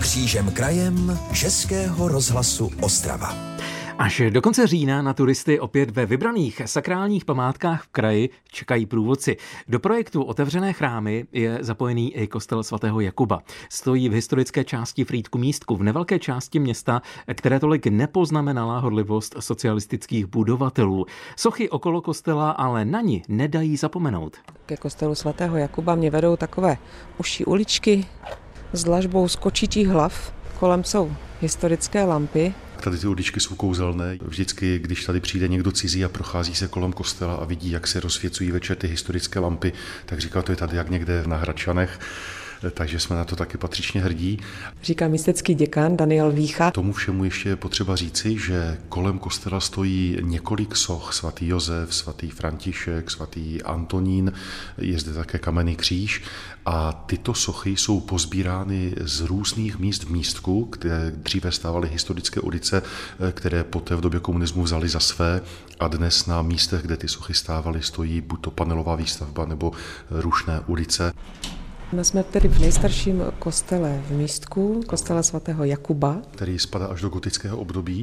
křížem krajem Českého rozhlasu Ostrava. Až do konce října na turisty opět ve vybraných sakrálních památkách v kraji čekají průvodci. Do projektu Otevřené chrámy je zapojený i kostel svatého Jakuba. Stojí v historické části Frýdku-Místku, v nevelké části města, které tolik nepoznamenala horlivost socialistických budovatelů. Sochy okolo kostela ale na ni nedají zapomenout. Ke kostelu svatého Jakuba mě vedou takové užší uličky s dlažbou z kočitých hlav. Kolem jsou historické lampy. Tady ty uličky jsou kouzelné. Vždycky, když tady přijde někdo cizí a prochází se kolem kostela a vidí, jak se rozsvěcují večer ty historické lampy, tak říká, to je tady jak někde na Hradčanech. Takže jsme na to taky patřičně hrdí. Říká místecký děkan Daniel Vícha. Tomu všemu ještě je potřeba říci, že kolem kostela stojí několik soch. Svatý Josef, svatý František, svatý Antonín, je zde také kamenný kříž. A tyto sochy jsou pozbírány z různých míst v Místku, kde dříve stávaly historické ulice, které poté v době komunismu vzali za své. A dnes na místech, kde ty sochy stávaly, stojí buď to panelová výstavba nebo rušné ulice. My jsme tedy v nejstarším kostele v Místku, kostele svatého Jakuba. Který spadá až do gotického období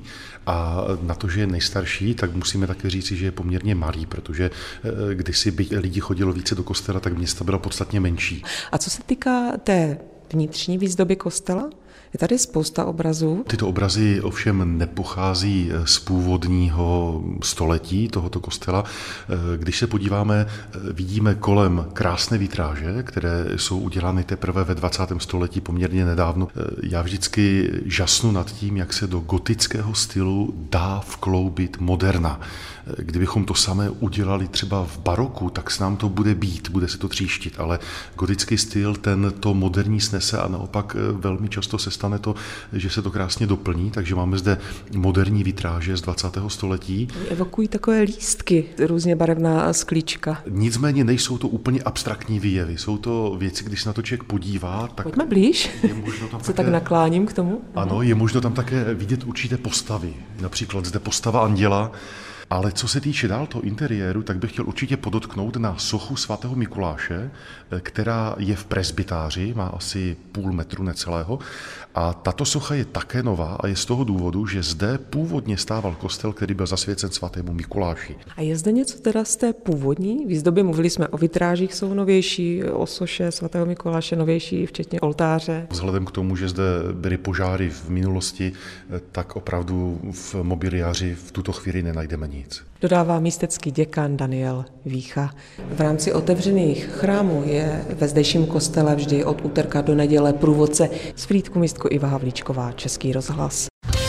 a na to, že je nejstarší, tak musíme také říci, že je poměrně malý, protože kdysi by lidi chodilo více do kostela, tak města byla podstatně menší. A co se týká té vnitřní výzdoby kostela? Je tady spousta obrazů. Tyto obrazy ovšem nepochází z původního století tohoto kostela. Když se podíváme, vidíme kolem krásné vitráže, které jsou udělány teprve ve 20. století poměrně nedávno. Já vždycky žasnu nad tím, jak se do gotického stylu dá vkloubit moderna. Kdybychom to samé udělali třeba v baroku, tak s nám to bude být, bude se to tříštit, ale gotický styl ten to moderní snese a naopak velmi často se stane to, že se to krásně doplní, takže máme zde moderní vitráže z 20. století. Evokují takové lístky, různě barevná sklíčka. Nicméně nejsou to úplně abstraktní výjevy, jsou to věci, když se na to člověk podívá, tak... Pojďme blíž, se tak nakláním k tomu. Ano, je možno tam také vidět určité postavy, například zde postava anděla. Ale co se týče dál toho interiéru, tak bych chtěl určitě podotknout na sochu svatého Mikuláše, která je v presbytáři, má asi půl metru necelého. A tato socha je také nová a je z toho důvodu, že zde původně stával kostel, který byl zasvěcen svatému Mikuláši. A je zde něco teda z té původní výzdoby? Mluvili jsme o vitrážích, jsou novější, o soše svatého Mikuláše novější, včetně oltáře. Vzhledem k tomu, že zde byly požáry v minulosti, tak opravdu v mobiliáři v tuto chvíli nenajdeme nic. Dodává místecký děkan Daniel Vícha. V rámci otevřených chrámů je ve zdejším kostele vždy od úterka do neděle průvodce z Frýdku-Místku Iva Havlíčková, Český rozhlas.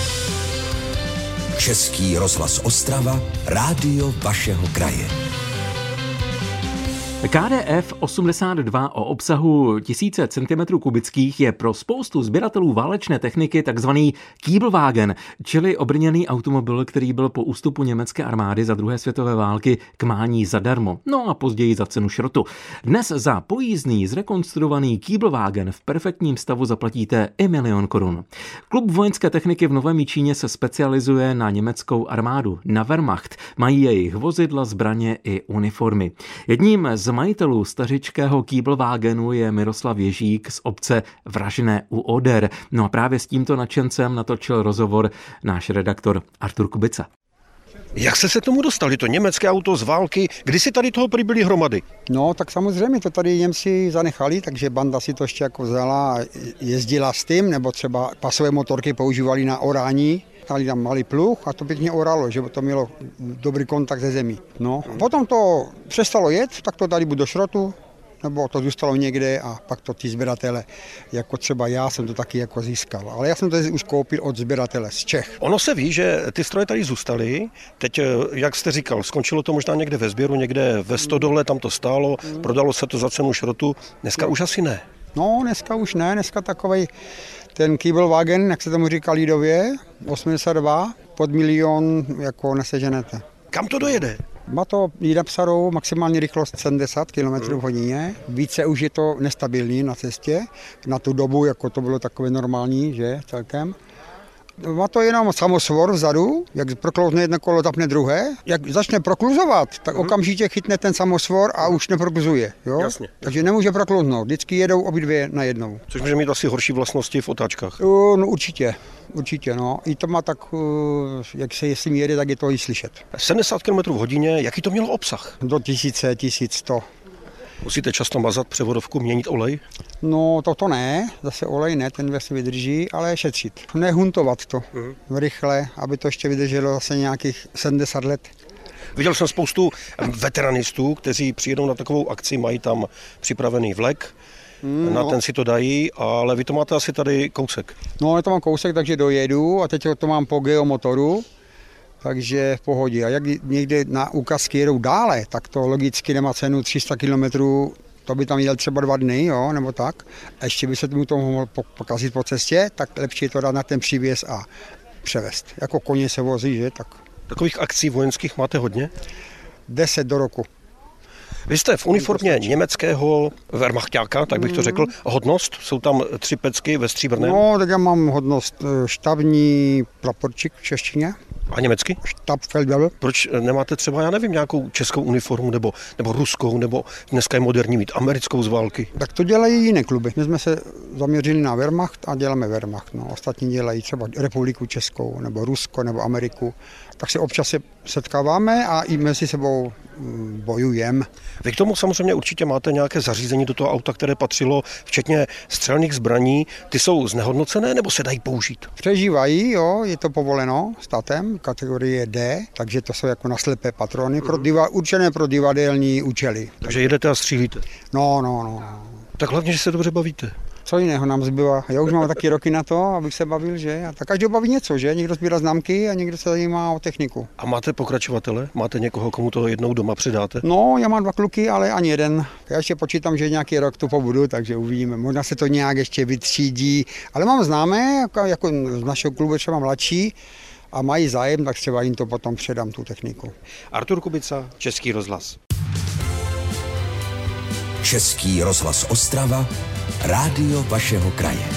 Český rozhlas Ostrava, rádio vašeho kraje. KDF 82 o obsahu 1000 cm3 je pro spoustu sběratelů válečné techniky takzvaný Kiebelwagen, čili obrněný automobil, který byl po ústupu německé armády za druhé světové války k mání zadarmo, no a později za cenu šrotu. Dnes za pojízdný zrekonstruovaný Kiebelwagen v perfektním stavu zaplatíte i 1 000 000 korun. Klub vojenské techniky v Novém Jičíně se specializuje na německou armádu, na Wehrmacht. Mají jejich vozidla, zbraně i uniformy. Jedním z majitelů stařičkého Kiebelwagenu je Miroslav Ježík z obce Vražné u Oder. No a právě s tímto nadšencem natočil rozhovor náš redaktor Artur Kubica. Jak jste se tomu dostali? To německé auto z války, kdy si tady toho přibyli hromady? No, tak samozřejmě to tady Němci zanechali, takže banda si to ještě jako vzala a jezdila s tím, nebo třeba pasové motorky používali na orání. Dali tam malý pluh a to pěkně oralo, že to mělo dobrý kontakt se zemí. No, a potom to přestalo jet, tak to dali buď do šrotu, nebo to zůstalo někde a pak to ty sběratele, jako třeba já jsem to taky jako získal. Ale já jsem to už koupil od sběratele z Čech. Ono se ví, že ty stroje tady zůstaly. Teď, jak jste říkal, skončilo to možná někde ve sběru, někde ve stodole, tam to stálo, prodalo se to za cenu šrotu. Dneska už asi ne. No, dneska už ne, dneska takovej ten Kiebelwagen, jak se tomu říká lidově, 82, pod 1 000 000 jako neseženete. Kam to dojede? Má to jít napsadou maximální rychlost 70 km v hodině. Více už je to nestabilní na cestě. Na tu dobu, jako to bylo takové normální, že celkem. Má to jenom samosvor vzadu, jak proklouzne jedno kolo, tapne druhé. Jak začne prokluzovat, tak okamžitě chytne ten samosvor a už neprokluzuje. Jo? Jasně. Takže nemůže proklouznout, vždycky jedou obě dvě na jednou. Což může mít asi horší vlastnosti v otáčkách. No určitě, no. I to má tak, jak se jestli mi jede, tak je to i slyšet. 70 km v hodině, jaký to mělo obsah? Do 1100. Musíte často mazat převodovku, měnit olej? No toto ne, zase olej ne, ten se vydrží, ale šetřit. Nehuntovat to rychle, aby to ještě vydrželo zase nějakých 70 let. Viděl jsem spoustu veteranistů, kteří přijedou na takovou akci, mají tam připravený vlek, na ten si to dají, ale vy to máte asi tady kousek. No, já to mám kousek, takže dojedu a teď to mám po geomotoru, takže v pohodě. A jak někde na ukazky jedou dále, tak to logicky nemá cenu 300 km, to by tam jel třeba 2 dny, jo, nebo tak. A ještě by se mu to mohlo pokazit po cestě, tak lepší je to dát na ten přívěs a převést. Jako koně se vozí, že? Tak. Takových akcí vojenských máte hodně? 10 do roku. Vy jste v uniformě německého wehrmachťáka, tak bych to řekl. Hodnost? Jsou tam 3 pecky ve stříbrném? No, tak já mám hodnost štábní praporčík v češtině. A německy? Stabfeldwebel. Proč nemáte třeba, já nevím, nějakou českou uniformu nebo ruskou, nebo dneska je moderní mít americkou z války? Tak to dělají jiné kluby. My jsme se zaměřili na Wehrmacht a děláme Wehrmacht. No. Ostatní dělají třeba Republiku Českou, nebo Rusko, nebo Ameriku. Tak se občas se setkáváme a i mezi sebou bojujeme. Vy k tomu samozřejmě určitě máte nějaké zařízení do toho auta, které patřilo, včetně střelných zbraní. Ty jsou znehodnocené nebo se dají použít? Přežívají, jo, je to povoleno státem, kategorie D, takže to jsou jako naslepé patrony, určené pro divadelní účely. Takže jedete a střílíte? No. Tak hlavně, že se dobře bavíte. Co jiného nám zbývá? Já už mám taky roky na to, abych se bavil, že? A tak každý baví něco, že? Někdo sbírá známky a někdo se zajímá o techniku. A máte pokračovatele? Máte někoho, komu to jednou doma předáte? No, já mám 2 kluky, ale ani jeden. Já ještě počítám, že nějaký rok tu pobudu, takže uvidíme. Možná se to nějak ještě vytřídí, ale mám známé, jako z našeho klubu třeba mladší, a mají zájem, tak třeba jim to potom předám, tu techniku. Artur Kubica, Český rozhlas. Český rozhlas Ostrava, rádio vašeho kraje.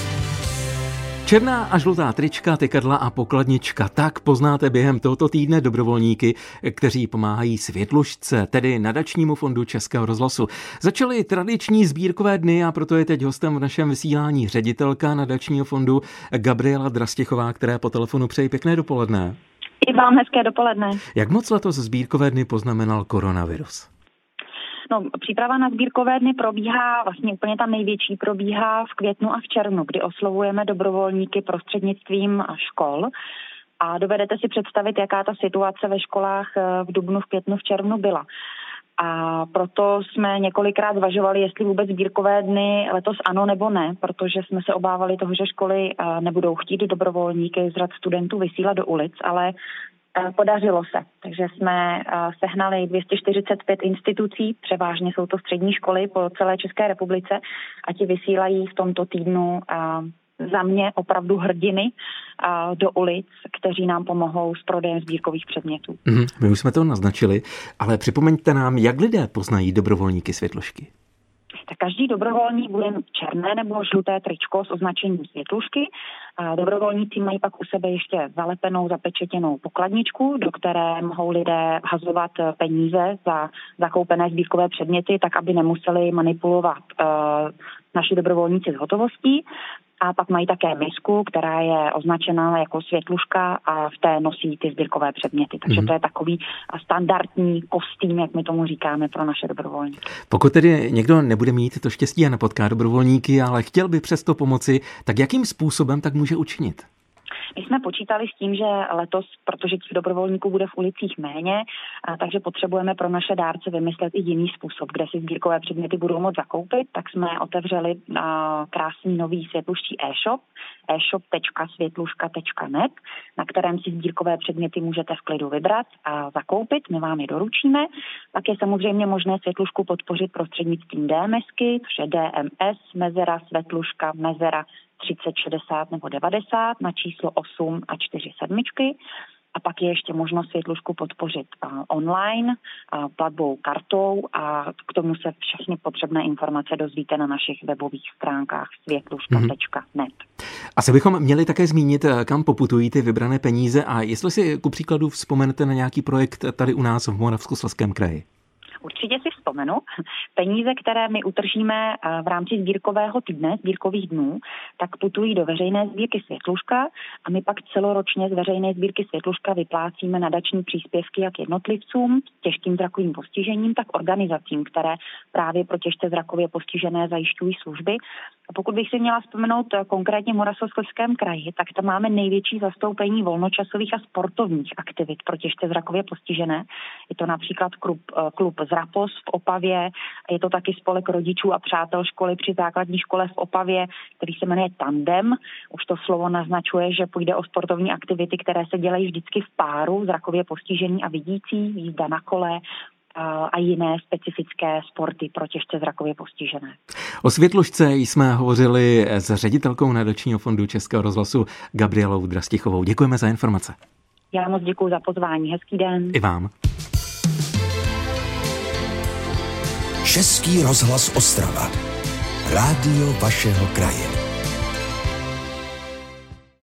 Černá a žlutá trička, tykadla a pokladnička. Tak poznáte během tohoto týdne dobrovolníky, kteří pomáhají Světlušce, tedy nadačnímu fondu Českého rozhlasu. Začaly tradiční sbírkové dny a proto je teď hostem v našem vysílání ředitelka nadačního fondu Gabriela Drastichová, která po telefonu přeji pěkné dopoledne. I vám hezké dopoledne. Jak moc letos sbírkové dny poznamenal koronavirus? No, příprava na sbírkové dny probíhá, vlastně úplně ta největší probíhá v květnu a v červnu, kdy oslovujeme dobrovolníky prostřednictvím škol. A dovedete si představit, jaká ta situace ve školách v dubnu, v květnu, v červnu byla. A proto jsme několikrát zvažovali, jestli vůbec sbírkové dny letos ano nebo ne, protože jsme se obávali toho, že školy nebudou chtít dobrovolníky z řad studentů vysílat do ulic, ale podařilo se. Takže jsme sehnali 245 institucí, převážně jsou to střední školy po celé České republice a ti vysílají v tomto týdnu za mě opravdu hrdiny do ulic, kteří nám pomohou s prodejem sbírkových předmětů. My už jsme to naznačili, ale připomeňte nám, jak lidé poznají dobrovolníky Světlušky. Tak každý dobrovolník bude černé nebo žluté tričko s označením Světlušky. Dobrovolníci mají pak u sebe ještě zalepenou, zapečetěnou pokladničku, do které mohou lidé hazovat peníze za zakoupené sbírkové předměty, tak aby nemuseli manipulovat naši dobrovolníci s hotovostí. A pak mají také misku, která je označena jako Světluška a v té nosí ty sbírkové předměty. Takže to je takový standardní kostým, jak my tomu říkáme, pro naše dobrovolníky. Pokud tedy někdo nebude mít to štěstí a nepotká dobrovolníky, ale chtěl by přesto pomoci, tak jakým způsobem tak může učinit? My jsme počítali s tím, že letos, protože těch dobrovolníků bude v ulicích méně, takže potřebujeme pro naše dárce vymyslet i jiný způsob, kde si sbírkové předměty budou moct zakoupit, tak jsme otevřeli krásný nový světluští e-shop, e-shop.světluška.net, na kterém si sbírkové předměty můžete v klidu vybrat a zakoupit, my vám je doručíme. Pak je samozřejmě možné Světlušku podpořit prostřednictvím DMSky, což je DMS, mezera, Světluška, mezera 30, 60 nebo 90 na číslo 8 a 4 sedmičky. A pak je ještě možnost Světlušku podpořit online, platbou kartou a k tomu se všechny potřebné informace dozvíte na našich webových stránkách světluška.net. Asi bychom měli také zmínit, kam poputují ty vybrané peníze a jestli si ku příkladu vzpomenete na nějaký projekt tady u nás v Moravskoslezském kraji. Určitě si vzpomenu. Peníze, které my utržíme v rámci sbírkového týdne, sbírkových dnů, tak putují do veřejné sbírky Světluška a my pak celoročně z veřejné sbírky Světluška vyplácíme nadační příspěvky jak jednotlivcům s těžkým zrakovým postižením, tak organizacím, které právě pro těžce zrakově postižené zajišťují služby. A pokud bych si měla vzpomenout konkrétně v Moravskoslezském kraji, tak tam máme největší zastoupení volnočasových a sportovních aktivit pro těžce zrakově postižené. Je to například klub Zrapos v Opavě, je to taky spolek rodičů a přátel školy při základní škole v Opavě, který se jmenuje Tandem. Už to slovo naznačuje, že půjde o sportovní aktivity, které se dělají vždycky v páru, zrakově postižení a vidící, jízda na kole a jiné specifické sporty pro těžce zrakově postižené. O Světlušce jsme hovořili s ředitelkou nadačního fondu Českého rozhlasu Gabrielou Drastichovou. Děkujeme za informace. Já moc děkuji za pozvání. Hezký den. I vám. Český rozhlas Ostrava. Rádio vašeho kraje.